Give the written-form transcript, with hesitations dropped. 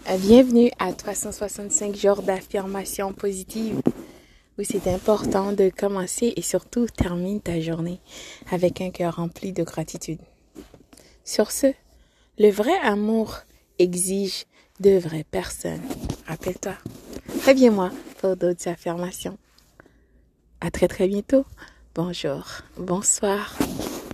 Bienvenue à 365 jours d'affirmation positive où c'est important de commencer et surtout terminer ta journée avec un cœur rempli de gratitude. Sur ce, le vrai amour exige de vraies personnes. Rappelle-toi. Reviens-moi pour d'autres affirmations. À très bientôt. Bonjour, bonsoir.